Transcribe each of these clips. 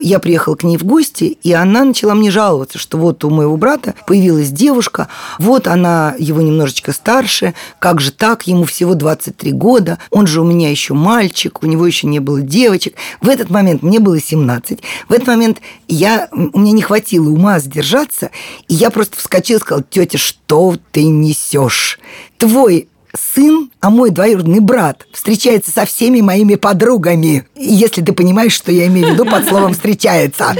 Я приехала к ней в гости, и она начала мне жаловаться, что вот у моего брата появилась девушка, вот она его немножечко старше, как же так, ему всего 23 года, он же у меня еще мальчик, у него еще не было девочек. В этот момент мне было 17. В этот момент у меня не хватило ума сдержаться, и я просто вскочила и сказала: тетя, что ты несешь? Твой сын, а мой двоюродный брат встречается со всеми моими подругами. Если ты понимаешь, что я имею в виду под словом «встречается».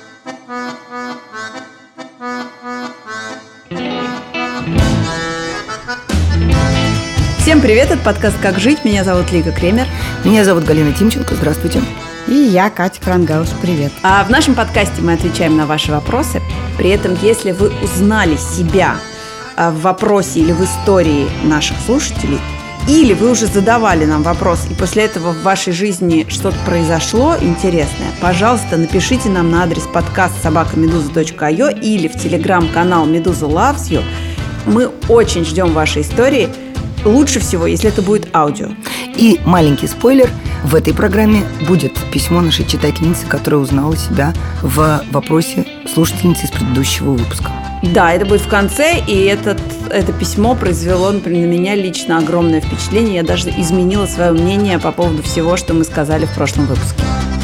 Всем привет, это подкаст «Как жить». Меня зовут Лика Кремер. Меня зовут Галина Тимченко. Здравствуйте. И я, Катя Крангаус. Привет. А в нашем подкасте мы отвечаем на ваши вопросы. При этом, если вы узнали себя в вопросе или в истории наших слушателей, или вы уже задавали нам вопрос, и после этого в вашей жизни что-то произошло интересное, пожалуйста, напишите нам на адрес podcast@meduza.io или в телеграм-канал Meduza Loves You. Мы очень ждем вашей истории. Лучше всего, если это будет аудио. И маленький спойлер: в этой программе будет письмо нашей читательницы, которая узнала себя в вопросе слушательницы из предыдущего выпуска. Да, это будет в конце, и это письмо произвело, например, на меня лично огромное впечатление. Я даже изменила свое мнение по поводу всего, что мы сказали в прошлом выпуске.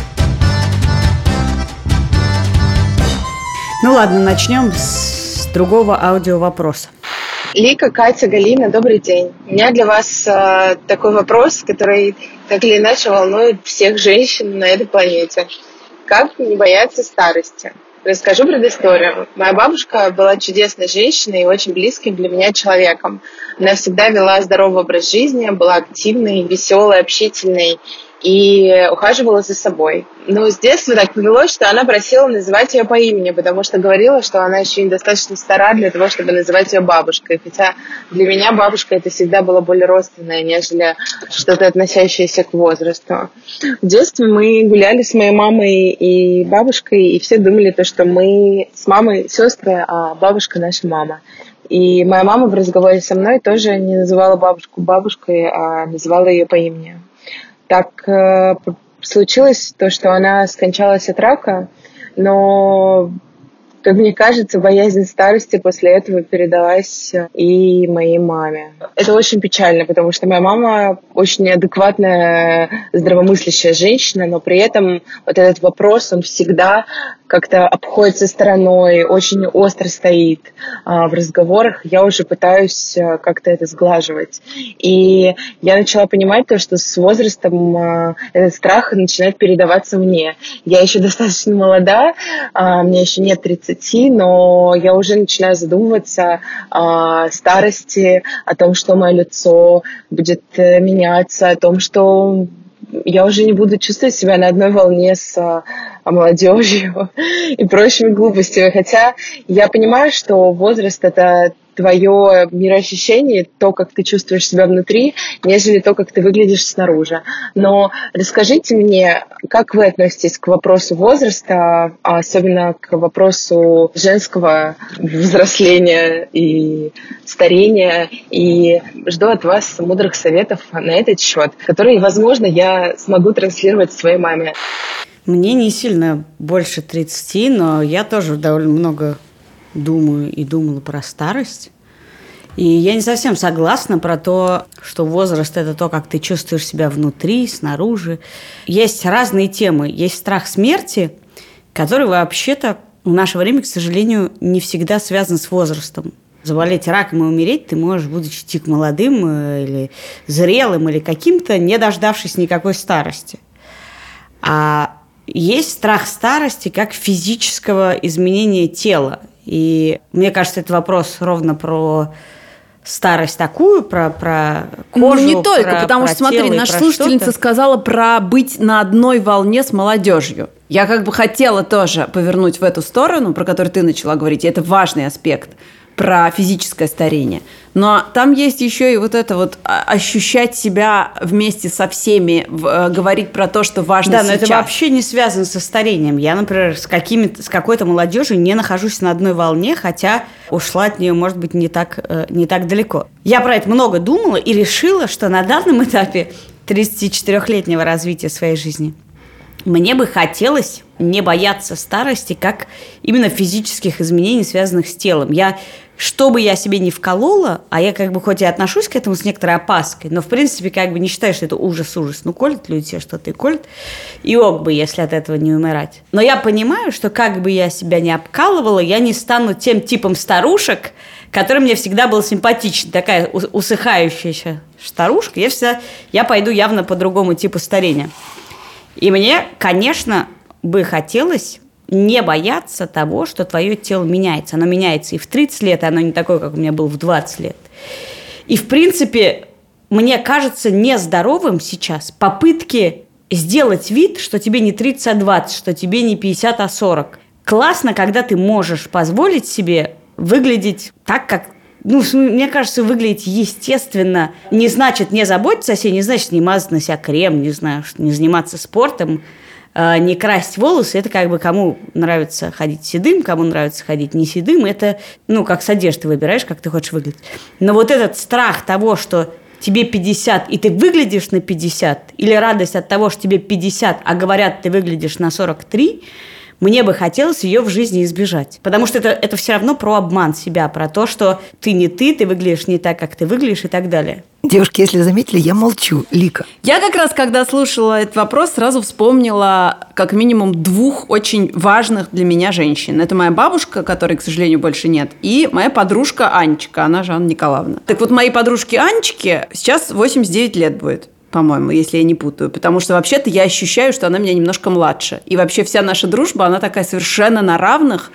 Ну ладно, начнем с другого аудиовопроса. Лика, Катя, Галина, добрый день. У меня для вас такой вопрос, который так или иначе волнует всех женщин на этой планете. Как не бояться старости? Расскажу предысторию. Моя бабушка была чудесной женщиной и очень близким для меня человеком. Она всегда вела здоровый образ жизни, была активной, веселой, общительной и ухаживала за собой. Но с детства так повелось, что она просила называть ее по имени, потому что говорила, что она еще недостаточно стара для того, чтобы называть ее бабушкой. Хотя для меня бабушка это всегда было более родственное, нежели что-то относящееся к возрасту. В детстве мы гуляли с моей мамой и бабушкой, и все думали, что мы с мамой сестры, а бабушка наша мама. И моя мама в разговоре со мной тоже не называла бабушку бабушкой, а называла ее по имени. Так случилось то, что она скончалась от рака, но, как мне кажется, боязнь старости после этого передалась и моей маме. Это очень печально, потому что моя мама очень адекватная, здравомыслящая женщина, но при этом вот этот вопрос, он всегда как-то обходится стороной, очень остро стоит в разговорах. Я уже пытаюсь как-то это сглаживать. И я начала понимать то, что с возрастом этот страх начинает передаваться мне. Я еще достаточно молода, мне еще нет 30, но я уже начинаю задумываться о старости, о том, что мое лицо будет меняться, о том, что я уже не буду чувствовать себя на одной волне с молодежью и прочими глупостями. Хотя я понимаю, что возраст — это твое мироощущение, то, как ты чувствуешь себя внутри, нежели то, как ты выглядишь снаружи. Но расскажите мне, как вы относитесь к вопросу возраста, а особенно к вопросу женского взросления и старения, и жду от вас мудрых советов на этот счет, которые, возможно, я смогу транслировать своей маме. Мне не сильно больше 30, но я тоже довольно много думаю и думала про старость. И я не совсем согласна про то, что возраст – это то, как ты чувствуешь себя внутри, снаружи. Есть разные темы. Есть страх смерти, который вообще-то в наше время, к сожалению, не всегда связан с возрастом. Заболеть раком и умереть ты можешь, будучи тик молодым или зрелым, или каким-то, не дождавшись никакой старости. А есть страх старости как физического изменения тела. И мне кажется, это вопрос ровно про старость такую, про кожу. Ну, не только, потому что, смотри, наша слушательница сказала про быть на одной волне с молодежью. Я как бы хотела тоже повернуть в эту сторону, про которую ты начала говорить, и это важный аспект, про физическое старение. Но там есть еще и вот это вот ощущать себя вместе со всеми, говорить про то, что важно сейчас. Да, но это вообще не связано со старением. Я, например, с какой-то молодежью не нахожусь на одной волне, хотя ушла от нее, может быть, не так далеко. Я про это много думала и решила, что на данном этапе 34-летнего развития своей жизни мне бы хотелось не бояться старости, как именно физических изменений, связанных с телом. Что бы я себе не вколола, а я как бы хоть и отношусь к этому с некоторой опаской, но в принципе как бы не считаю, что это ужас. Ну, колят люди себе что-то и колят, и ок бы, если от этого не умирать. Но я понимаю, что как бы я себя не обкалывала, я не стану тем типом старушек, который мне всегда был симпатичен. Такая усыхающаяся старушка. Я пойду явно по другому типу старения. И мне, конечно, бы хотелось не бояться того, что твое тело меняется. Оно меняется и в 30 лет, и оно не такое, как у меня было в 20 лет. И, в принципе, мне кажется нездоровым сейчас попытки сделать вид, что тебе не 30, а 20, что тебе не 50, а 40. Классно, когда ты можешь позволить себе выглядеть так, как... мне кажется, выглядеть естественно не значит не заботиться о себе, не значит не мазать на себя крем, не знаю, не заниматься спортом, не красть волосы. Это как бы кому нравится ходить седым, кому нравится ходить не седым. Это, как с одеждой выбираешь, как ты хочешь выглядеть. Но вот этот страх того, что тебе 50, и ты выглядишь на 50, или радость от того, что тебе 50, а говорят, ты выглядишь на 43, мне бы хотелось ее в жизни избежать. Потому что это все равно про обман себя, про то, что ты не ты выглядишь не так, как ты выглядишь и так далее. Девушки, если заметили, я молчу. Лика. Я как раз, когда слушала этот вопрос, сразу вспомнила как минимум 2 очень важных для меня женщин. Это моя бабушка, которой, к сожалению, больше нет, и моя подружка Анечка, она же Анна Николаевна. Так вот, моей подружке Анечке сейчас 89 лет будет, по-моему, если я не путаю. Потому что вообще-то я ощущаю, что она меня немножко младше. И вообще вся наша дружба, она такая совершенно на равных.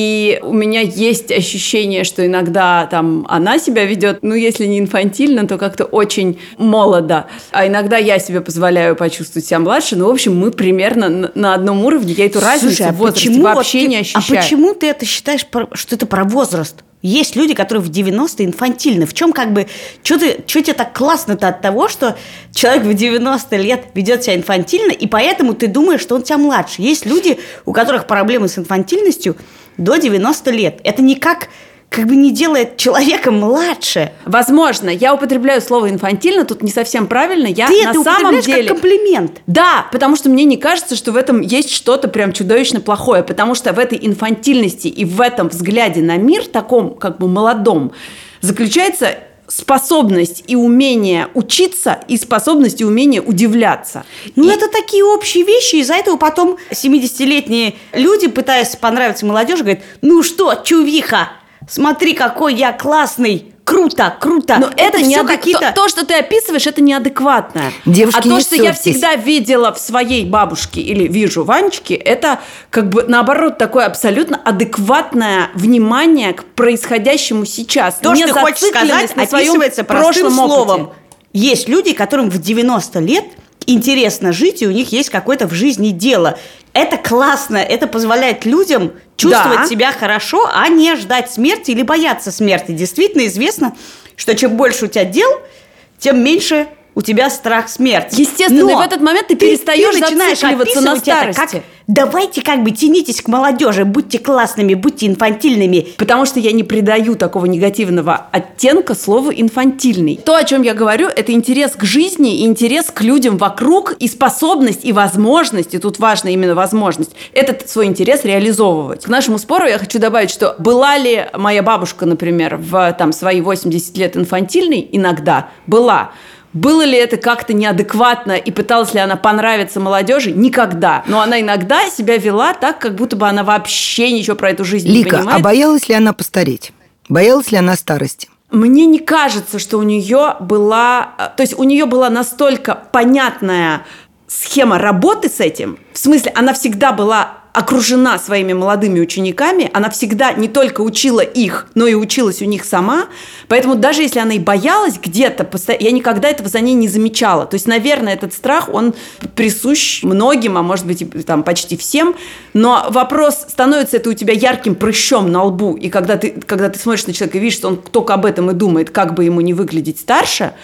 И у меня есть ощущение, что иногда там она себя ведет, если не инфантильно, то как-то очень молодо. А иногда я себе позволяю почувствовать себя младше. В общем, мы примерно на одном уровне. Я эту разницу в возрасте вообще не ощущаю. А почему ты это считаешь, что это про возраст? Есть люди, которые в 90 инфантильны. В чем что тебе так классно-то от того, что человек в 90 лет ведет себя инфантильно, и поэтому ты думаешь, что он тебя младше. Есть люди, у которых проблемы с инфантильностью до 90 лет. Это никак не делает человека младше. Возможно, я употребляю слово инфантильно, тут не совсем правильно. Ты это употребляешь как комплимент. Да, потому что мне не кажется, что в этом есть что-то прям чудовищно плохое, потому что в этой инфантильности и в этом взгляде на мир, таком молодом, заключается способность и умение учиться, и способность и умение удивляться. Это такие общие вещи, из-за этого потом 70-летние люди, пытаясь понравиться молодежи, говорят, что, чувиха, смотри, какой я классный, круто. Но это не какие-то... То, что ты описываешь, это неадекватно. Девушки, то, что я всегда видела в своей бабушке или вижу в Анечке, это наоборот такое абсолютно адекватное внимание к происходящему сейчас. То, что ты хочешь сказать, описывается простым словом. Есть люди, которым в 90 лет интересно жить, и у них есть какое-то в жизни дело. Это классно, это позволяет людям чувствовать себя хорошо, а не ждать смерти или бояться смерти. Действительно известно, что чем больше у тебя дел, тем меньше у тебя страх смерти. Естественно, и в этот момент ты перестаешь зацикливаться на старости. Давайте тянитесь к молодежи, будьте классными, будьте инфантильными. Потому что я не придаю такого негативного оттенка слову «инфантильный». То, о чем я говорю, это интерес к жизни, и интерес к людям вокруг, и способность, и возможность, и тут важна именно возможность, этот свой интерес реализовывать. К нашему спору я хочу добавить, что была ли моя бабушка, например, в свои 80 лет инфантильной? Иногда была. Было ли это как-то неадекватно и пыталась ли она понравиться молодежи? Никогда. Но она иногда себя вела так, как будто бы она вообще ничего про эту жизнь не понимает. Лика, а боялась ли она постареть? Боялась ли она старости? Мне не кажется, что у нее была... То есть у нее была настолько понятная схема работы с этим. В смысле, она всегда была окружена своими молодыми учениками, она всегда не только учила их, но и училась у них сама, поэтому даже если она и боялась где-то, я никогда этого за ней не замечала. То есть, наверное, этот страх, он присущ многим, а может быть, почти всем, но вопрос, становится это у тебя ярким прыщом на лбу, и когда ты смотришь на человека и видишь, что он только об этом и думает, как бы ему не выглядеть старше,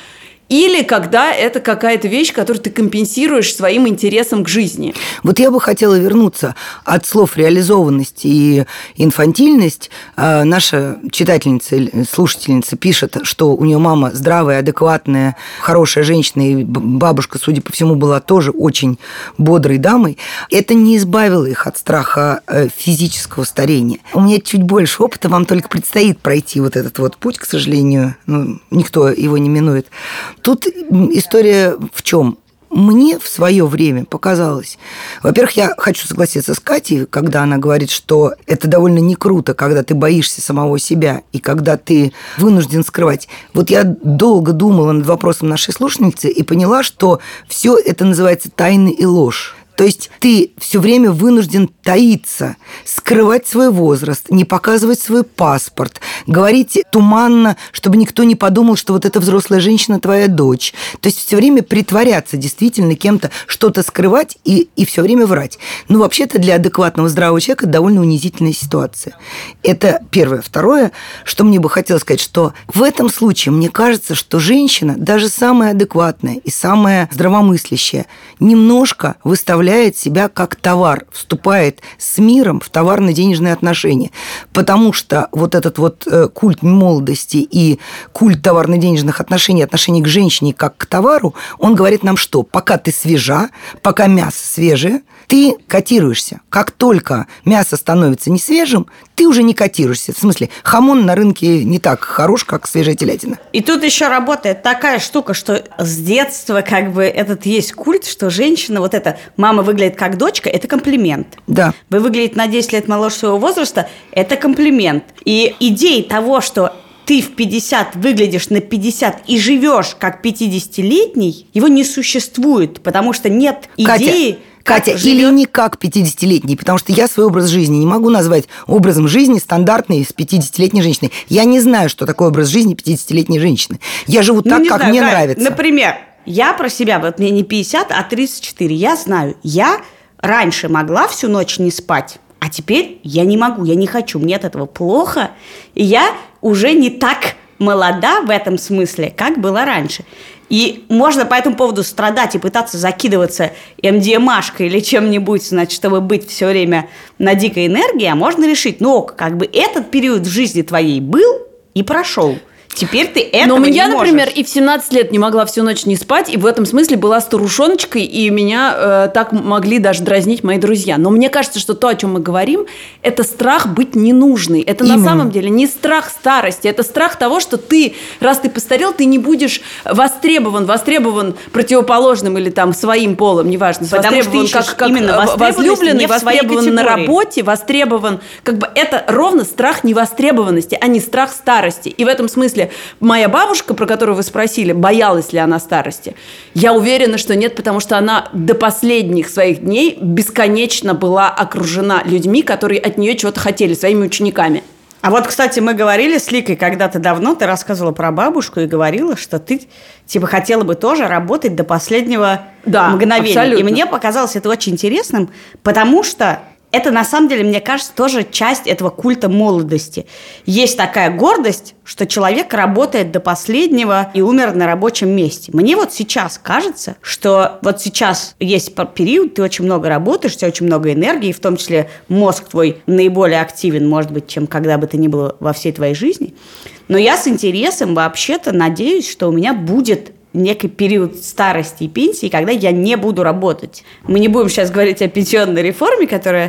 или когда это какая-то вещь, которую ты компенсируешь своим интересом к жизни. Вот я бы хотела вернуться от слов реализованность и инфантильность. Наша читательница, слушательница пишет, что у нее мама здравая, адекватная, хорошая женщина, и бабушка, судя по всему, была тоже очень бодрой дамой. Это не избавило их от страха физического старения. У меня чуть больше опыта, вам только предстоит пройти вот этот вот путь, к сожалению. Никто его не минует. Тут история в чем? Мне в свое время показалось... Во-первых, я хочу согласиться с Катей, когда она говорит, что это довольно не круто, когда ты боишься самого себя и когда ты вынужден скрывать. Вот я долго думала над вопросом нашей слушательницы и поняла, что все это называется тайна и ложь. То есть ты все время вынужден таиться, скрывать свой возраст, не показывать свой паспорт, говорить туманно, чтобы никто не подумал, что вот эта взрослая женщина твоя дочь. То есть все время притворяться действительно кем-то, что-то скрывать и все время врать. Вообще-то для адекватного здравого человека довольно унизительная ситуация. Это первое. Второе, что мне бы хотелось сказать, что в этом случае мне кажется, что женщина, даже самая адекватная и самая здравомыслящая, немножко выставляет себя как товар, вступает с миром в товарно-денежные отношения. Потому что вот этот вот культ молодости и культ товарно-денежных отношений, отношений к женщине как к товару, он говорит нам, что пока ты свежа, пока мясо свежее, ты котируешься. Как только мясо становится не свежим, ты уже не котируешься. В смысле, хамон на рынке не так хорош, как свежая телятина. И тут еще работает такая штука, что с детства этот есть культ, что женщина, вот эта мама выглядит как дочка, это комплимент. Да. Вы выглядите на 10 лет моложе своего возраста, это комплимент. И идея того, что ты в 50 выглядишь на 50 и живешь как 50-летний, его не существует, потому что нет идеи... Катя, или не как 50-летний, потому что я свой образ жизни не могу назвать образом жизни стандартной с 50-летней женщиной. Я не знаю, что такое образ жизни 50-летней женщины. Я живу так, как мне нравится. Например, я про себя, вот мне не 50, а 34. Я знаю, я раньше могла всю ночь не спать, а теперь я не могу, я не хочу, мне от этого плохо, и я уже не так молода в этом смысле, как была раньше. И можно по этому поводу страдать и пытаться закидываться МДМАшкой или чем-нибудь, чтобы быть все время на дикой энергии, а можно решить, этот период в жизни твоей был и прошел. Теперь ты этого не можешь. Но я, например, и в 17 лет не могла всю ночь не спать, и в этом смысле была старушоночкой, и меня так могли даже дразнить мои друзья. Но мне кажется, что то, о чем мы говорим, это страх быть ненужной. Это на самом деле не страх старости, это страх того, что ты, раз ты постарел, ты не будешь востребован противоположным или там своим полом, неважно, востребован как именно возлюбленный, востребован на работе, востребован, это ровно страх невостребованности, а не страх старости. И в этом смысле моя бабушка, про которую вы спросили, боялась ли она старости? Я уверена, что нет, потому что она до последних своих дней бесконечно была окружена людьми, которые от нее чего-то хотели, своими учениками. А вот, кстати, мы говорили с Ликой когда-то давно, ты рассказывала про бабушку и говорила, что ты хотела бы тоже работать до последнего мгновения. Абсолютно. И мне показалось это очень интересным, потому что это, на самом деле, мне кажется, тоже часть этого культа молодости. Есть такая гордость, что человек работает до последнего и умер на рабочем месте. Мне вот сейчас кажется, что вот сейчас есть период, ты очень много работаешь, у тебя очень много энергии, в том числе мозг твой наиболее активен, может быть, чем когда бы то ни было во всей твоей жизни. Но я с интересом вообще-то надеюсь, что у меня будет некий период старости и пенсии, когда я не буду работать. Мы не будем сейчас говорить о пенсионной реформе, которая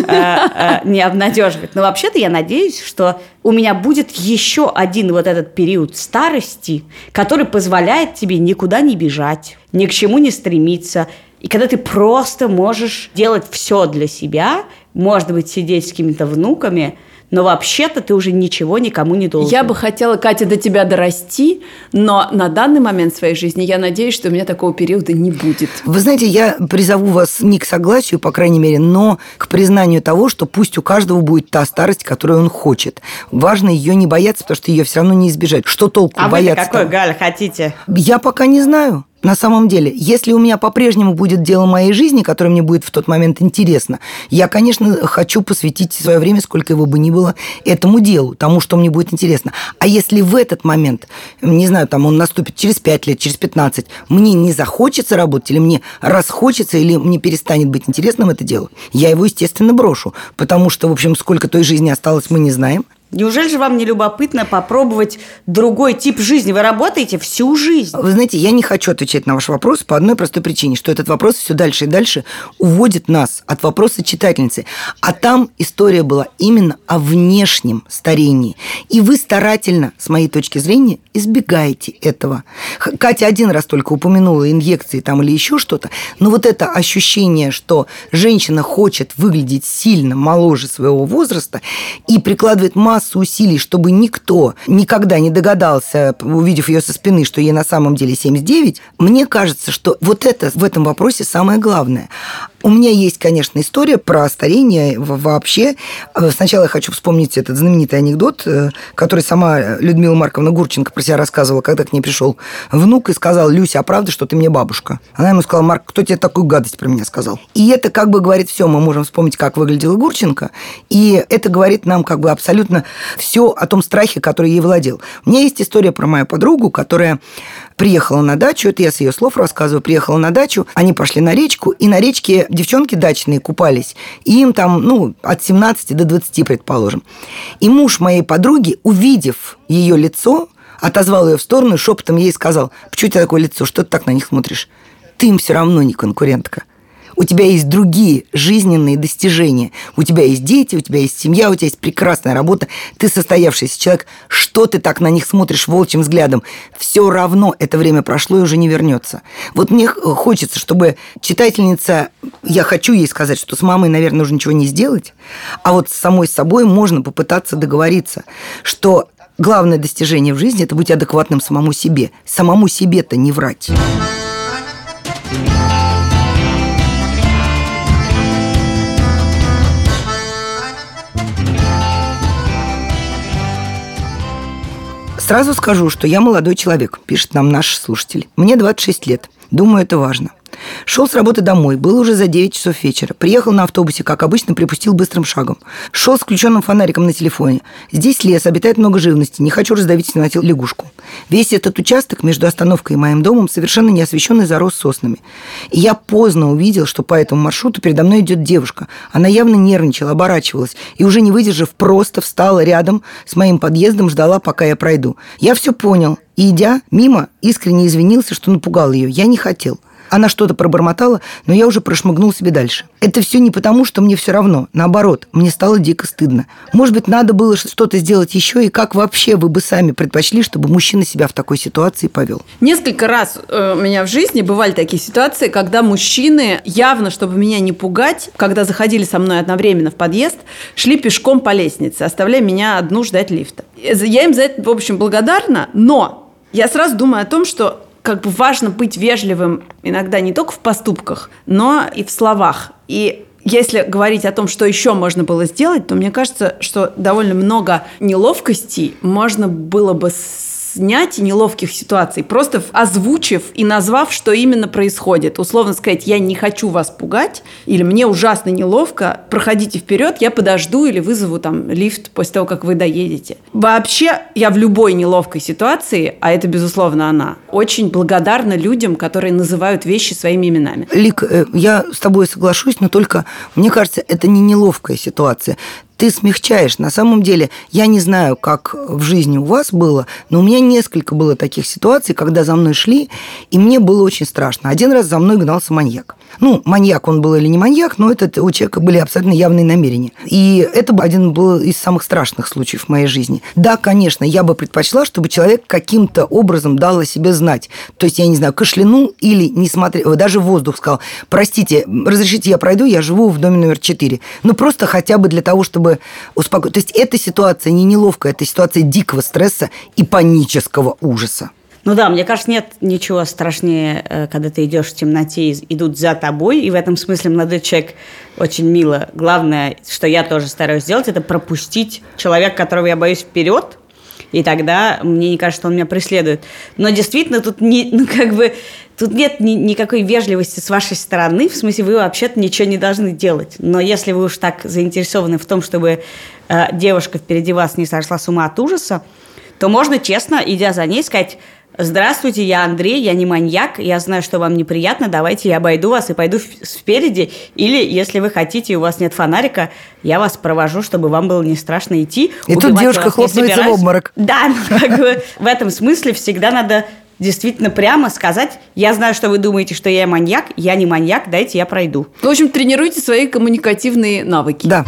не обнадеживает, но вообще-то я надеюсь, что у меня будет еще один вот этот период старости, который позволяет тебе никуда не бежать, ни к чему не стремиться, и когда ты просто можешь делать все для себя, может быть, сидеть с какими-то внуками, но вообще-то ты уже ничего никому не должен. Я бы хотела, Катя, до тебя дорасти, но на данный момент своей жизни я надеюсь, что у меня такого периода не будет. Вы знаете, я призову вас не к согласию, по крайней мере, но к признанию того, что пусть у каждого будет та старость, которую он хочет. Важно ее не бояться, потому что ее все равно не избежать. Что толку бояться? А вы какой, Галя, хотите? Я пока не знаю. На самом деле, если у меня по-прежнему будет дело моей жизни, которое мне будет в тот момент интересно, я, конечно, хочу посвятить свое время, сколько его бы ни было, этому делу, тому, что мне будет интересно. А если в этот момент, не знаю, там он наступит через 5 лет, через 15, мне не захочется работать, или мне расхочется, или мне перестанет быть интересным это дело, я его, естественно, брошу, потому что, в общем, сколько той жизни осталось, мы не знаем. Неужели же вам не любопытно попробовать другой тип жизни? Вы работаете всю жизнь. Вы знаете, я не хочу отвечать на ваш вопрос по одной простой причине, что этот вопрос все дальше и дальше уводит нас от вопроса читательницы. А там история была именно о внешнем старении. И вы старательно, с моей точки зрения, избегаете этого. Катя один раз только упомянула инъекции там или еще что-то, но вот это ощущение, что женщина хочет выглядеть сильно моложе своего возраста и прикладывает массу усилий, чтобы никто никогда не догадался, увидев ее со спины, что ей на самом деле 79, мне кажется, что вот это в этом вопросе самое главное. У меня есть, конечно, история про старение вообще. Сначала я хочу вспомнить этот знаменитый анекдот, который сама Людмила Марковна Гурченко про себя рассказывала, когда к ней пришел внук и сказал: «Люся, а правда, что ты мне бабушка?» Она ему сказала: «Марк, кто тебе такую гадость про меня сказал?» И это как бы говорит все. Мы можем вспомнить, как выглядела Гурченко, и это говорит нам как бы абсолютно все о том страхе, который ей владел. У меня есть история про мою подругу, которая приехала на дачу, это я с ее слов рассказываю, приехала на дачу, они пошли на речку, и на речке девчонки дачные купались, и им там, от 17 до 20, предположим. И муж моей подруги, увидев ее лицо, отозвал ее в сторону и шепотом ей сказал: «Почему у тебя такое лицо? Что ты так на них смотришь? Ты им все равно не конкурентка. У тебя есть другие жизненные достижения. У тебя есть дети, у тебя есть семья, у тебя есть прекрасная работа. Ты состоявшийся человек. Что ты так на них смотришь волчьим взглядом? Все равно это время прошло и уже не вернется». Вот мне хочется, чтобы читательница... Я хочу ей сказать, что с мамой, наверное, уже ничего не сделать, а вот с самой собой можно попытаться договориться, что главное достижение в жизни – это быть адекватным самому себе. Самому себе-то не врать. Сразу скажу, что я молодой человек, пишет нам наш слушатель. Мне 26 лет. Думаю, это важно. Шел с работы домой, было уже за 9 часов вечера. Приехал на автобусе, как обычно, припустил быстрым шагом. Шел с включенным фонариком на телефоне. Здесь лес, обитает много живности, не хочу раздавить в темноте лягушку. Весь этот участок между остановкой и моим домом совершенно не освещенный, зарос соснами. И я поздно увидел, что по этому маршруту передо мной идет девушка. Она явно нервничала, оборачивалась и, уже не выдержав, просто встала рядом с моим подъездом, ждала, пока я пройду. Я все понял. И, идя мимо, искренне извинился, что напугал ее. Я не хотел. Она что-то пробормотала, но я уже прошмыгнул себе дальше. Это все не потому, что мне все равно. Наоборот, мне стало дико стыдно. Может быть, надо было что-то сделать еще, и как вообще вы бы сами предпочли, чтобы мужчина себя в такой ситуации повел? Несколько раз у меня в жизни бывали такие ситуации, когда мужчины, явно, чтобы меня не пугать, когда заходили со мной одновременно в подъезд, шли пешком по лестнице, оставляя меня одну ждать лифта. Я им за это, в общем, благодарна, но я сразу думаю о том, что как бы важно быть вежливым иногда не только в поступках, но и в словах. И если говорить о том, что еще можно было сделать, то мне кажется, что довольно много неловкостей можно было бы снять, неловких ситуаций, просто озвучив и назвав, что именно происходит. Условно сказать: я не хочу вас пугать, или мне ужасно неловко, проходите вперед, я подожду или вызову там лифт после того, как вы доедете. Вообще, я в любой неловкой ситуации, а это, безусловно, она, очень благодарна людям, которые называют вещи своими именами. Лик, я с тобой соглашусь, но только, мне кажется, это не неловкая ситуация. Ты смягчаешь. На самом деле, я не знаю, как в жизни у вас было, но у меня несколько было таких ситуаций, когда за мной шли, и мне было очень страшно. Один раз за мной гнался маньяк. Маньяк он был или не маньяк, но у человека были абсолютно явные намерения. И это один был из самых страшных случаев в моей жизни. Да, конечно, я бы предпочла, чтобы человек каким-то образом дал о себе знать. То есть, я не знаю, кашлянул или не смотрел, даже в воздух сказал: простите, разрешите, я пройду, я живу в доме номер 4. Просто хотя бы для того, чтобы успокоить. То есть, эта ситуация не неловкая, это ситуация дикого стресса и панического ужаса. Да, мне кажется, нет ничего страшнее, когда ты идешь в темноте, идут за тобой, и в этом смысле молодой человек очень мило. Главное, что я тоже стараюсь сделать, это пропустить человека, которого я боюсь, вперед, и тогда мне не кажется, что он меня преследует. Но действительно тут Тут нет никакой вежливости с вашей стороны, в смысле, вы вообще-то ничего не должны делать. Но если вы уж так заинтересованы в том, чтобы девушка впереди вас не сошла с ума от ужаса, то можно честно, идя за ней, сказать: «Здравствуйте, я Андрей, я не маньяк, я знаю, что вам неприятно, давайте я обойду вас и пойду спереди. Или, если вы хотите, и у вас нет фонарика, я вас провожу, чтобы вам было не страшно идти». И тут девушка хлопнется в обморок. Да, в этом смысле всегда надо действительно прямо сказать: «Я знаю, что вы думаете, что я маньяк, я не маньяк, дайте я пройду». В общем, тренируйте свои коммуникативные навыки. Да.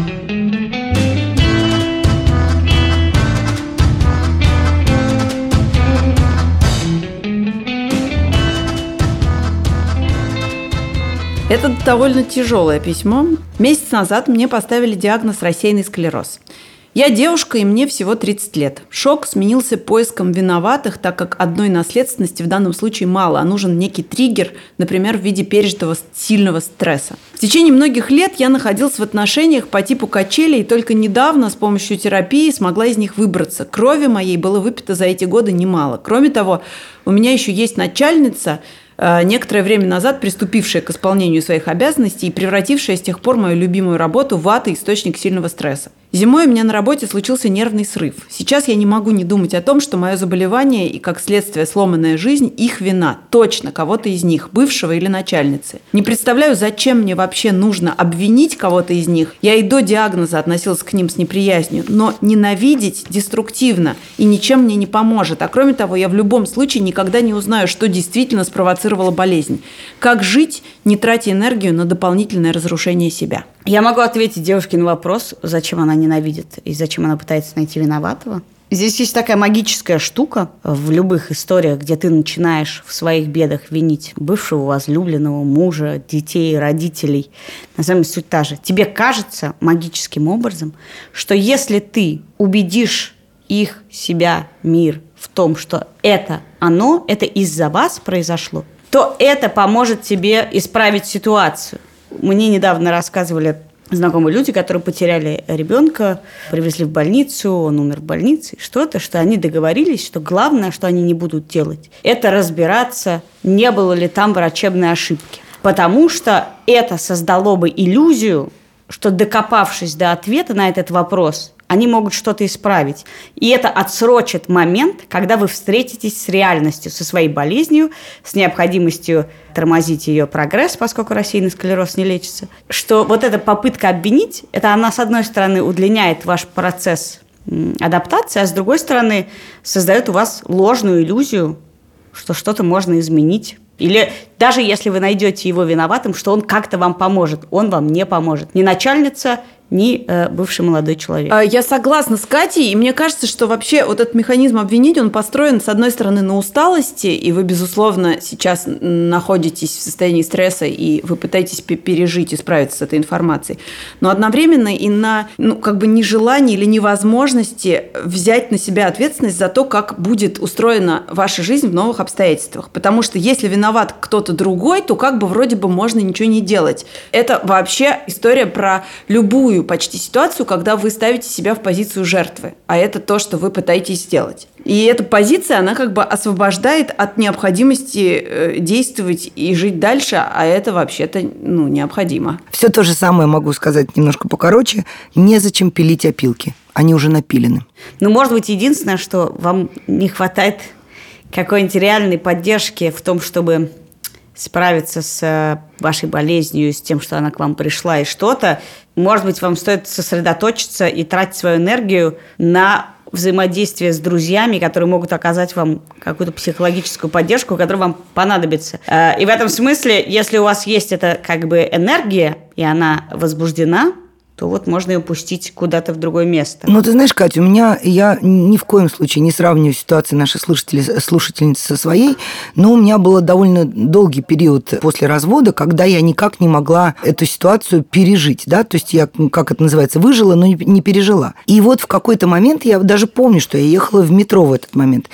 Это довольно тяжелое письмо. Месяц назад мне поставили диагноз рассеянный склероз. Я девушка, и мне всего 30 лет. Шок сменился поиском виноватых, так как одной наследственности в данном случае мало, а нужен некий триггер, например, в виде пережитого сильного стресса. В течение многих лет я находилась в отношениях по типу качелей, и только недавно с помощью терапии смогла из них выбраться. Крови моей было выпито за эти годы немало. Кроме того, у меня еще есть начальница, некоторое время назад приступившая к исполнению своих обязанностей и превратившая с тех пор мою любимую работу в ад и источник сильного стресса. Зимой у меня на работе случился нервный срыв. Сейчас я не могу не думать о том, что мое заболевание и, как следствие, сломанная жизнь – их вина. Точно кого-то из них, бывшего или начальницы. Не представляю, зачем мне вообще нужно обвинить кого-то из них. Я и до диагноза относилась к ним с неприязнью. Но ненавидеть деструктивно и ничем мне не поможет. А кроме того, я в любом случае никогда не узнаю, что действительно спровоцировало болезнь. Как жить, не тратя энергию на дополнительное разрушение себя? Я могу ответить девушке на вопрос, зачем она ненавидит и зачем она пытается найти виноватого. Здесь есть такая магическая штука в любых историях, где ты начинаешь в своих бедах винить бывшего возлюбленного, мужа, детей, родителей. На самом деле суть та же. Тебе кажется магическим образом, что если ты убедишь их, себя, мир в том, что это оно, это из-за вас произошло, то это поможет тебе исправить ситуацию. Мне недавно рассказывали знакомые люди, которые потеряли ребенка, привезли в больницу, он умер в больнице, что они договорились, что главное, что они не будут делать, это разбираться, не было ли там врачебной ошибки. Потому что это создало бы иллюзию, что, докопавшись до ответа на этот вопрос, они могут что-то исправить. И это отсрочит момент, когда вы встретитесь с реальностью, со своей болезнью, с необходимостью тормозить ее прогресс, поскольку рассеянный склероз не лечится. Что вот эта попытка обвинить, это она, с одной стороны, удлиняет ваш процесс адаптации, а с другой стороны, создает у вас ложную иллюзию, что что-то можно изменить. Или даже если вы найдете его виноватым, что он как-то вам поможет, он вам не поможет. Ни начальница, ни бывший молодой человек. Я согласна с Катей, и мне кажется, что вообще вот этот механизм обвинить, он построен, с одной стороны, на усталости, и вы, безусловно, сейчас находитесь в состоянии стресса, и вы пытаетесь пережить и справиться с этой информацией, но одновременно и на нежелании или невозможности взять на себя ответственность за то, как будет устроена ваша жизнь в новых обстоятельствах. Потому что если виноват кто-то другой, то вроде бы можно ничего не делать. Это вообще история про любую почти ситуацию, когда вы ставите себя в позицию жертвы, а это то, что вы пытаетесь сделать. И эта позиция, она освобождает от необходимости действовать и жить дальше, а это вообще-то необходимо. Все то же самое могу сказать немножко покороче. Незачем пилить опилки, они уже напилены. Может быть, единственное, что вам не хватает какой-нибудь реальной поддержки в том, чтобы справиться с вашей болезнью, с тем, что она к вам пришла и что-то. Может быть, вам стоит сосредоточиться и тратить свою энергию на взаимодействие с друзьями, которые могут оказать вам какую-то психологическую поддержку, которая вам понадобится. И в этом смысле, если у вас есть эта энергия, и она возбуждена, то можно ее пустить куда-то в другое место. Ты знаешь, Катя, я ни в коем случае не сравниваю ситуацию наших слушательниц со своей, но у меня был довольно долгий период после развода, когда я никак не могла эту ситуацию пережить, да, то есть я, как это называется, выжила, но не пережила. И в какой-то момент, я даже помню, что я ехала в метро в этот момент,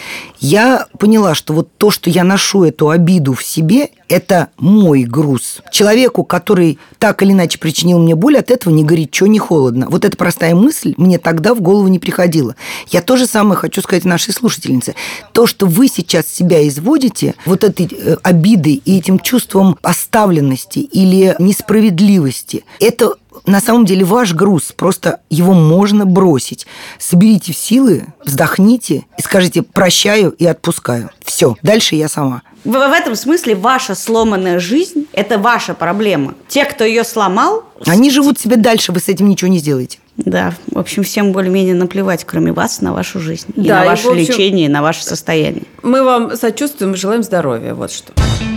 я поняла, что то, что я ношу эту обиду в себе, это мой груз. Человеку, который так или иначе причинил мне боль, от этого не горячо. горячо, не холодно. Вот эта простая мысль мне тогда в голову не приходила. Я то же самое хочу сказать нашей слушательнице. То, что вы сейчас себя изводите, вот этой обидой и этим чувством оставленности или несправедливости, это на самом деле ваш груз, просто его можно бросить. Соберите силы, вздохните и скажите: прощаю и отпускаю. Все, дальше я сама. В этом смысле ваша сломанная жизнь – это ваша проблема. Те, кто ее сломал… Они живут себе дальше, вы с этим ничего не сделаете. Да, в общем, всем более-менее наплевать, кроме вас, на вашу жизнь. И да, на ваше лечение, и на ваше состояние. Мы вам сочувствуем и желаем здоровья, вот что.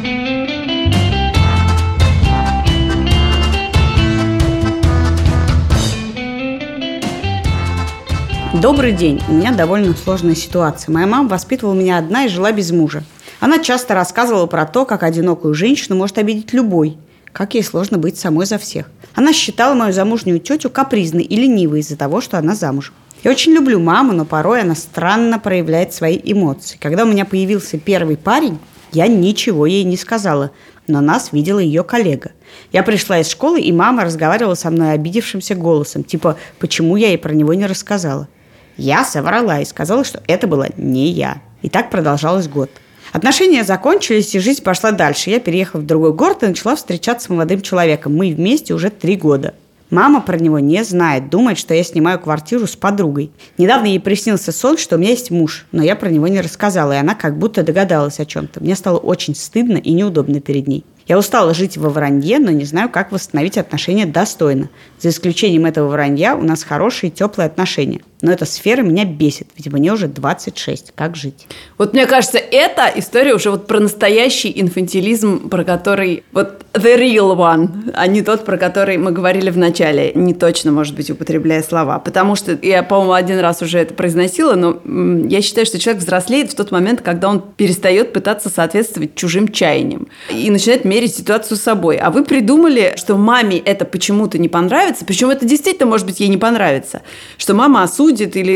Добрый день. У меня довольно сложная ситуация. Моя мама воспитывала меня одна и жила без мужа. Она часто рассказывала про то, как одинокую женщину может обидеть любой, как ей сложно быть самой за всех. Она считала мою замужнюю тетю капризной и ленивой из-за того, что она замужем. Я очень люблю маму, но порой она странно проявляет свои эмоции. Когда у меня появился первый парень, я ничего ей не сказала, но нас видела ее коллега. Я пришла из школы, и мама разговаривала со мной обидевшимся голосом, типа «почему я ей про него не рассказала?». Я соврала и сказала, что это была не я. И так продолжалось год. Отношения закончились, и жизнь пошла дальше. Я переехала в другой город и начала встречаться с молодым человеком. Мы вместе уже 3 года. Мама про него не знает, думает, что я снимаю квартиру с подругой. Недавно ей приснился сон, что у меня есть муж, но я про него не рассказала, и она как будто догадалась о чем-то. Мне стало очень стыдно и неудобно перед ней. Я устала жить во вранье, но не знаю, как восстановить отношения достойно. За исключением этого вранья у нас хорошие теплые отношения. Но эта сфера меня бесит, ведь мне уже 26. Как жить? Вот мне кажется, эта история уже вот про настоящий инфантилизм, про который вот the real one, а не тот, про который мы говорили в начале. Не точно, может быть, употребляя слова. Потому что я, по-моему, один раз уже это произносила, но я считаю, что человек взрослеет в тот момент, когда он перестает пытаться соответствовать чужим чаяниям и начинает мерить ситуацию собой. А вы придумали, что маме это почему-то не понравится, причем это действительно, может быть, ей не понравится, что мама осудит,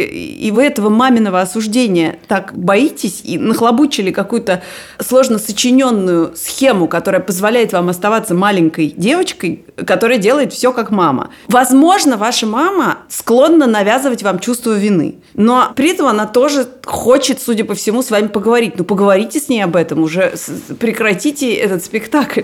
и вы этого маминого осуждения так боитесь и нахлобучили какую-то сложно сочиненную схему, которая позволяет вам оставаться маленькой девочкой, которая делает все как мама. Возможно, ваша мама склонна навязывать вам чувство вины, но при этом она тоже хочет, судя по всему, с вами поговорить. Ну, поговорите с ней об этом уже, прекратите этот спектакль.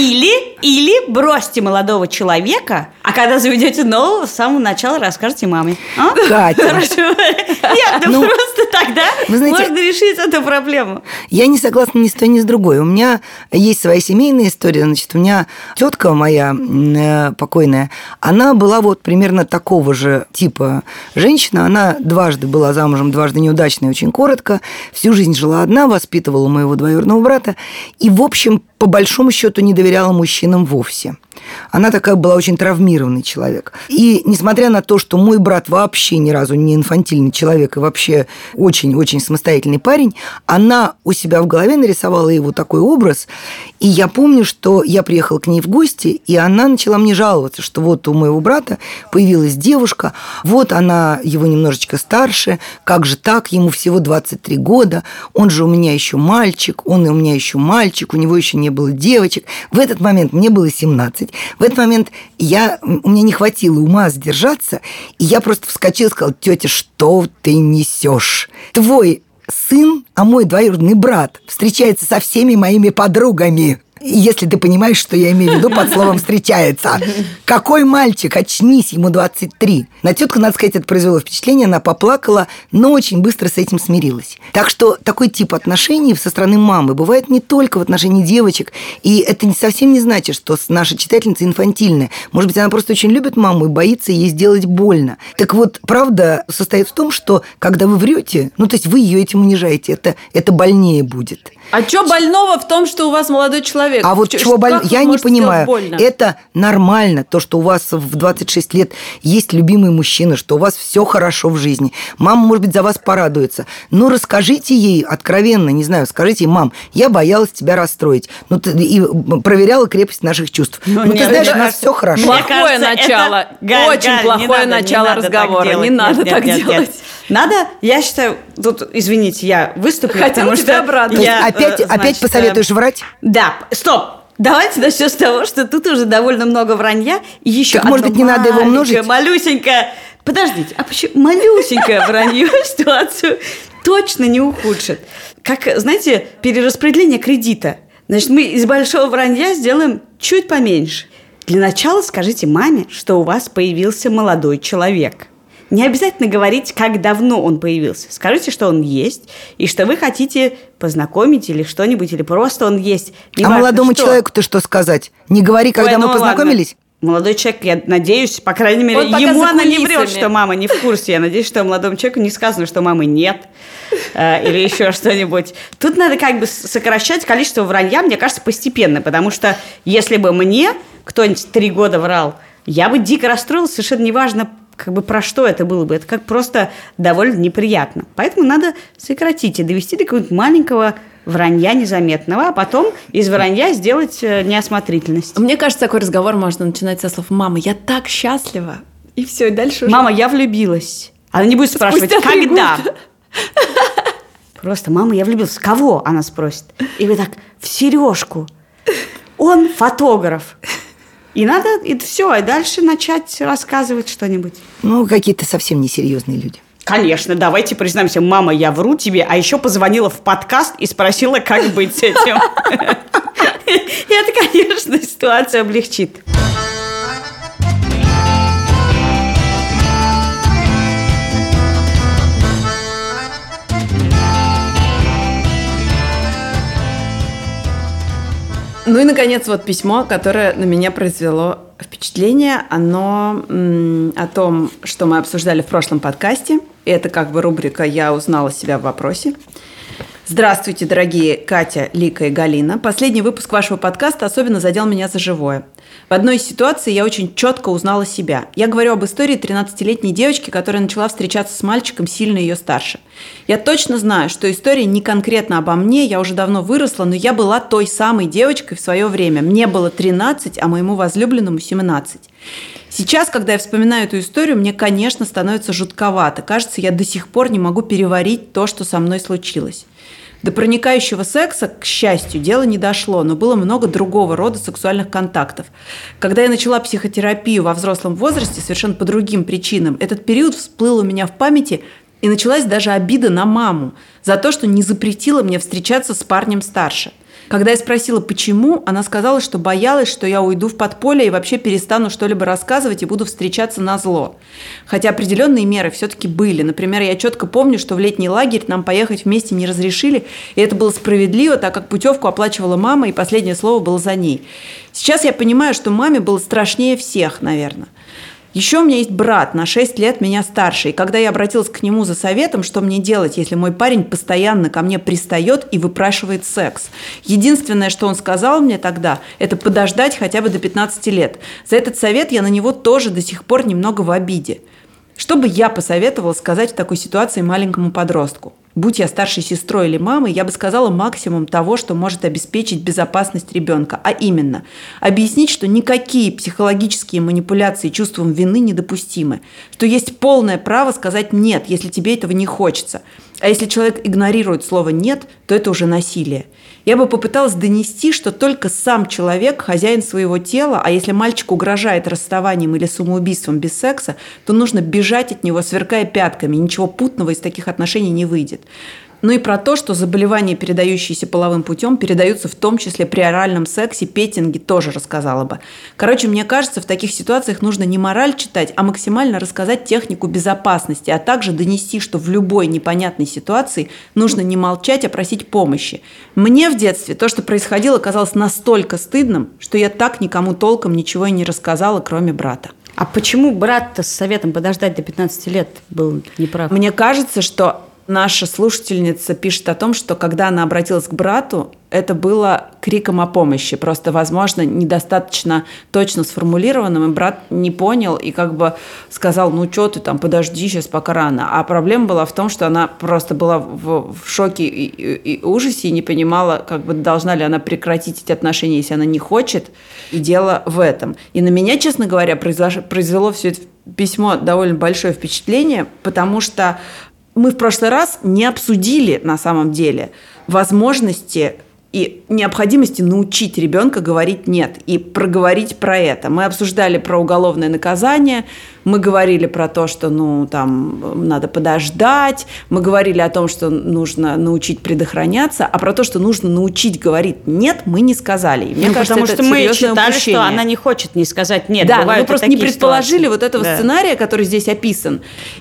Или бросьте молодого человека, а когда заведете нового, с самого начала расскажете маме. Катя. Хорошо. Нет, просто тогда можно решить эту проблему. Я не согласна ни с той, ни с другой. У меня есть своя семейная история. Значит, у меня тетка моя покойная, она была вот примерно такого же типа женщина. Она дважды была замужем, дважды неудачно и очень коротко. Всю жизнь жила одна, воспитывала моего двоюродного брата. И, в общем, по большому счету не доверяла мужчинам вовсе. Она такая была очень травмированный человек. И несмотря на то, что мой брат вообще ни разу не инфантильный человек и вообще очень-очень самостоятельный парень, она у себя в голове нарисовала его такой образ. И я помню, что я приехала к ней в гости, и она начала мне жаловаться, что вот у моего брата появилась девушка, вот она его немножечко старше, как же так, ему всего 23 года, он же у меня еще мальчик, он и у меня еще мальчик, у него еще не было девочек. В этот момент мне было 17. В этот момент у меня не хватило ума сдержаться, и я просто вскочила и сказала: тетя, что ты несешь? Твой сын, а мой двоюродный брат встречается со всеми моими подругами. Если ты понимаешь, что я имею в виду под словом «встречается». Какой мальчик? Очнись, ему 23. На тетку, надо сказать, это произвело впечатление, она поплакала, но очень быстро с этим смирилась. Так что такой тип отношений со стороны мамы бывает не только в отношении девочек, и это совсем не значит, что наша читательница инфантильная. Может быть, она просто очень любит маму и боится ей сделать больно. Так вот, правда состоит в том, что когда вы врете, то есть вы ее этим унижаете, это больнее будет. А что больного в том, что у вас молодой человек? А вот чего больно, я не понимаю. Это нормально, то, что у вас в 26 лет есть любимый мужчина, что у вас все хорошо в жизни. Мама, может быть, за вас порадуется. Но расскажите ей откровенно, не знаю, скажите ей: мам, я боялась тебя расстроить. И проверяла крепость наших чувств. Ты знаешь, у нас все хорошо. Плохое начало. Очень плохое начало разговора. Не надо так делать. Надо, я считаю, тут, извините, я выступлю. Хотела тебя обрадовать. Опять посоветуешь врать? Да, стоп. Давайте начнем с того, что тут уже довольно много вранья. И еще так, может быть, не надо его умножить? Малюсенькое. Подождите, а почему малюсенькое вранье ситуацию точно не ухудшит? Как, знаете, перераспределение кредита. Значит, мы из большого вранья сделаем чуть поменьше. Для начала скажите маме, что у вас появился молодой человек. Не обязательно говорить, как давно он появился. Скажите, что он есть, и что вы хотите познакомить или что-нибудь, или просто он есть. А молодому человеку-то что сказать? Не говори, когда мы познакомились? Ладно. Молодой человек, я надеюсь, по крайней мере, ему она не врет, что мама не в курсе. Я надеюсь, что молодому человеку не сказано, что мамы нет или еще что-нибудь. Тут надо как бы сокращать количество вранья, мне кажется, постепенно, потому что если бы мне кто-нибудь 3 года врал, я бы дико расстроилась, совершенно неважно, как бы про что это было бы. Это как просто довольно неприятно. Поэтому надо сократить и довести до какого-нибудь маленького вранья незаметного, а потом из вранья сделать неосмотрительность. Мне кажется, такой разговор можно начинать со слов «мама, я так счастлива». И все, и дальше «Мама, я влюбилась». Она не будет спрашивать «когда?». Просто «мама, я влюбилась». Кого? Она спросит. И вы так «в Сережку». Он фотограф. И надо, и все, и дальше начать рассказывать что-нибудь. Ну, какие-то совсем несерьезные люди. Конечно, давайте признаемся, мама, я вру тебе, а еще позвонила в подкаст и спросила, как быть с этим. И это, конечно, ситуацию облегчит. Ну и, наконец, вот письмо, которое на меня произвело впечатление. Оно о том, что мы обсуждали в прошлом подкасте. Это как бы рубрика «Я узнала себя в вопросе». Здравствуйте, дорогие Катя, Лика и Галина. Последний выпуск вашего подкаста особенно задел меня за живое. В одной из ситуаций я очень четко узнала себя. Я говорю об истории 13-летней девочки, которая начала встречаться с мальчиком сильно ее старше. Я точно знаю, что история не конкретно обо мне, я уже давно выросла, но я была той самой девочкой в свое время. Мне было 13, а моему возлюбленному 17. Сейчас, когда я вспоминаю эту историю, мне, конечно, становится жутковато. Кажется, я до сих пор не могу переварить то, что со мной случилось. До проникающего секса, к счастью, дело не дошло, но было много другого рода сексуальных контактов. Когда я начала психотерапию во взрослом возрасте, совершенно по другим причинам, этот период всплыл у меня в памяти, и началась даже обида на маму за то, что не запретила мне встречаться с парнем старше. Когда я спросила, почему, она сказала, что боялась, что я уйду в подполье и вообще перестану что-либо рассказывать и буду встречаться назло. Хотя определенные меры все-таки были. Например, я четко помню, что в летний лагерь нам поехать вместе не разрешили, и это было справедливо, так как путевку оплачивала мама, и последнее слово было за ней. Сейчас я понимаю, что маме было страшнее всех, наверное. Еще у меня есть брат, на 6 лет меня старше, и когда я обратилась к нему за советом, что мне делать, если мой парень постоянно ко мне пристает и выпрашивает секс, единственное, что он сказал мне тогда, это подождать хотя бы до 15 лет. За этот совет я на него тоже до сих пор немного в обиде. Что бы я посоветовала сказать в такой ситуации маленькому подростку? Будь я старшей сестрой или мамой, я бы сказала максимум того, что может обеспечить безопасность ребенка, а именно объяснить, что никакие психологические манипуляции чувством вины недопустимы, что есть полное право сказать «нет», если тебе этого не хочется. А если человек игнорирует слово «нет», то это уже насилие. Я бы попыталась донести, что только сам человек хозяин своего тела, а если мальчик угрожает расставанием или самоубийством без секса, то нужно бежать от него, сверкая пятками, ничего путного из таких отношений не выйдет. Ну и про то, что заболевания, передающиеся половым путем, передаются в том числе при оральном сексе, петинге, тоже рассказала бы. Короче, мне кажется, в таких ситуациях нужно не мораль читать, а максимально рассказать технику безопасности, а также донести, что в любой непонятной ситуации нужно не молчать, а просить помощи. Мне в детстве то, что происходило, казалось настолько стыдным, что я так никому толком ничего и не рассказала, кроме брата. А почему брат-то с советом подождать до 15 лет был неправ? Мне кажется, что наша слушательница пишет о том, что когда она обратилась к брату, это было криком о помощи. Просто, возможно, недостаточно точно сформулированным, и брат не понял и как бы сказал, ну что ты там, подожди, сейчас пока рано. А проблема была в том, что она просто была в шоке и ужасе и не понимала, как бы должна ли она прекратить эти отношения, если она не хочет, и дело в этом. И на меня, честно говоря, произвело все это письмо довольно большое впечатление, потому что мы в прошлый раз не обсудили, на самом деле, возможности и необходимости научить ребенка говорить «нет» и проговорить про это. Мы обсуждали про уголовное наказание, мы говорили про то, что надо подождать, мы говорили о том, что нужно научить предохраняться, а про то, что нужно научить говорить «нет», мы не сказали. И мне кажется, потому это что мы серьезное считали, упущение. что она не хочет не сказать «нет». Да, мы просто не предположили ситуации. вот этого сценария, который здесь описан.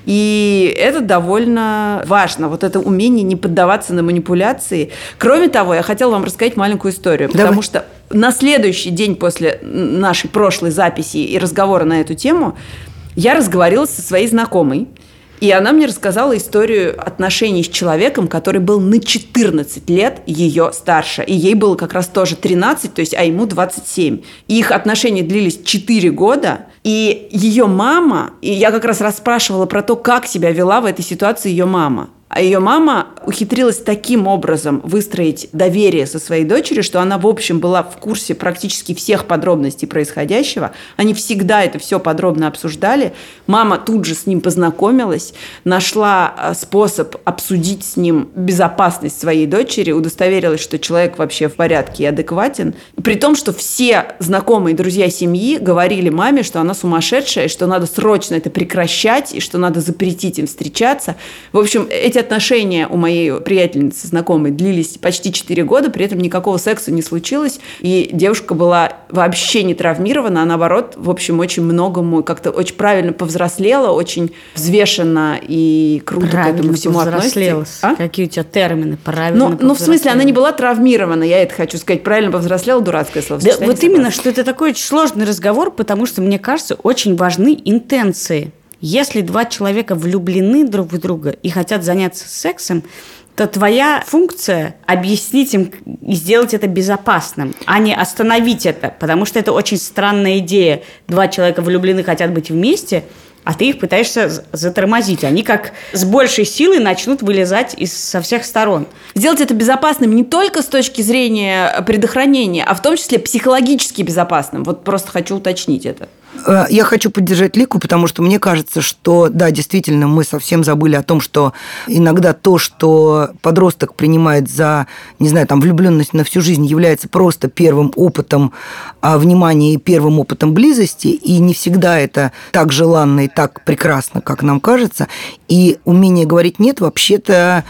И это довольно важно, вот это умение не поддаваться на манипуляции. Кроме того, я хотела вам рассказать маленькую историю, потому что на следующий день после нашей прошлой записи и разговора на эту тему я разговорилась со своей знакомой, и она мне рассказала историю отношений с человеком, который был на 14 лет ее старше. И ей было как раз тоже 13, то есть, а ему 27. И их отношения длились 4 года. И ее мама, и я как раз расспрашивала про то, как себя вела в этой ситуации ее мама. А ее мама ухитрилась таким образом выстроить доверие со своей дочерью, что она, в общем, была в курсе практически всех подробностей происходящего. Они всегда это все подробно обсуждали. Мама тут же с ним познакомилась, нашла способ обсудить с ним безопасность своей дочери, удостоверилась, что человек вообще в порядке и адекватен. При том, что все знакомые друзья семьи говорили маме, что она сумасшедшая, что надо срочно это прекращать, и что надо запретить им встречаться. В общем, эти отношения у моей приятельницы, знакомой, длились почти 4 года, при этом никакого секса не случилось, и девушка была вообще не травмирована, а наоборот, в общем, очень многому, как-то очень правильно повзрослела, очень взвешенно и круто правильно к этому всему относится. Какие у тебя термины? Правильно Ну, в смысле, она не была травмирована, я это хочу сказать. Правильно повзрослела, дурацкое словосочетание. Да, вот именно, что это такой очень сложный разговор, потому что, мне кажется, очень важны интенции. Если два человека влюблены друг в друга и хотят заняться сексом, то твоя функция – объяснить им и сделать это безопасным, а не остановить это, потому что это очень странная идея. Два человека влюблены, хотят быть вместе, а ты их пытаешься затормозить. Они как с большей силой начнут вылезать со всех сторон. Сделать это безопасным не только с точки зрения предохранения, а в том числе психологически безопасным. Вот просто хочу уточнить это. Я хочу поддержать Лику, потому что мне кажется, что, да, действительно, мы совсем забыли о том, что иногда то, что подросток принимает за, не знаю, там, влюбленность на всю жизнь, является просто первым опытом внимания и первым опытом близости, и не всегда это так желанно и так прекрасно, как нам кажется. И умение говорить «нет» вообще-то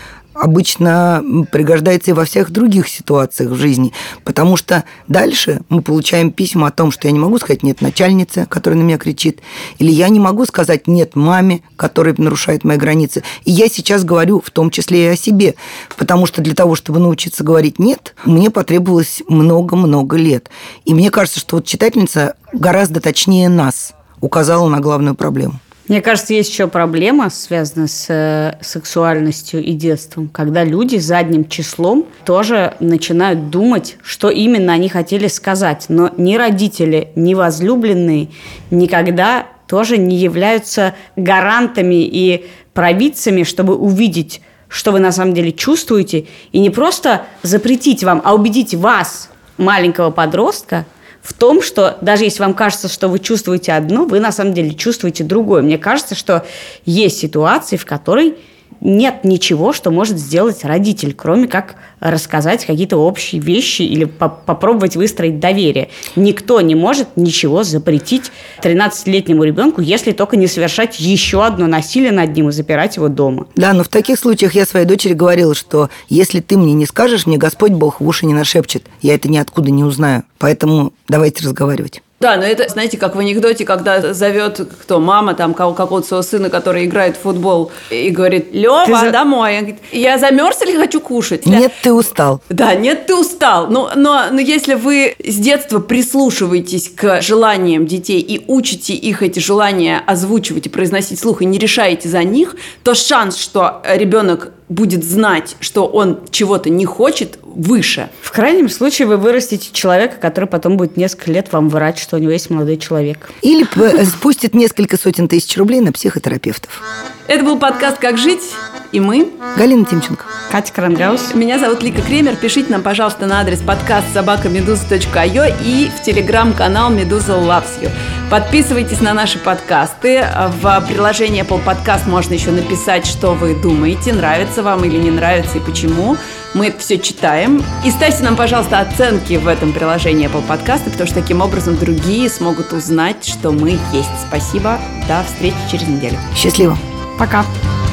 обычно пригождается и во всех других ситуациях в жизни, потому что дальше мы получаем письма о том, что я не могу сказать «нет» начальнице, которая на меня кричит, или я не могу сказать «нет» маме, которая нарушает мои границы. И я сейчас говорю в том числе и о себе, потому что для того, чтобы научиться говорить «нет», мне потребовалось много-много лет. И мне кажется, что вот читательница гораздо точнее нас указала на главную проблему. Мне кажется, есть еще проблема, связанная с сексуальностью и детством, когда люди задним числом тоже начинают думать, что именно они хотели сказать. Но ни родители, ни возлюбленные никогда тоже не являются гарантами и провидцами, чтобы увидеть, что вы на самом деле чувствуете, и не просто запретить вам, а убедить вас, маленького подростка, в том, что даже если вам кажется, что вы чувствуете одно, вы на самом деле чувствуете другое. Мне кажется, что есть ситуации, в которой нет ничего, что может сделать родитель, кроме как рассказать какие-то общие вещи или попробовать выстроить доверие. Никто не может ничего запретить 13-летнему ребенку, если только не совершать еще одно насилие над ним и запирать его дома. Да, но в таких случаях я своей дочери говорила, что если ты мне не скажешь, мне Господь Бог в уши не нашепчет. Я это ниоткуда не узнаю. Поэтому давайте разговаривать. Да, но это, знаете, как в анекдоте, когда зовет мама там какого-то своего сына, который играет в футбол, и говорит: Лёва, домой. Он говорит: я замерз или хочу кушать? Нет, ты устал. Да, нет, ты устал. Но если вы с детства прислушиваетесь к желаниям детей и учите их эти желания озвучивать и произносить вслух, и не решаете за них, то шанс, что ребенок будет знать, что он чего-то не хочет, выше. В крайнем случае вы вырастите человека, который потом будет несколько лет вам врать, что у него есть молодой человек. Или спустит несколько сотен тысяч рублей на психотерапевтов. Это был подкаст «Как жить». И мы Галина Тимченко. Катя Крангаус. Меня зовут Лика Кремер. Пишите нам, пожалуйста, на адрес podcast@meduza.io и в телеграм-канал Meduza Loves You. Подписывайтесь на наши подкасты. В приложении Apple Podcast можно еще написать, что вы думаете, нравится вам или не нравится и почему. Мы это все читаем. И ставьте нам, пожалуйста, оценки в этом приложении Apple Podcast, потому что таким образом другие смогут узнать, что мы есть. Спасибо. До встречи через неделю. Счастливо. Пока.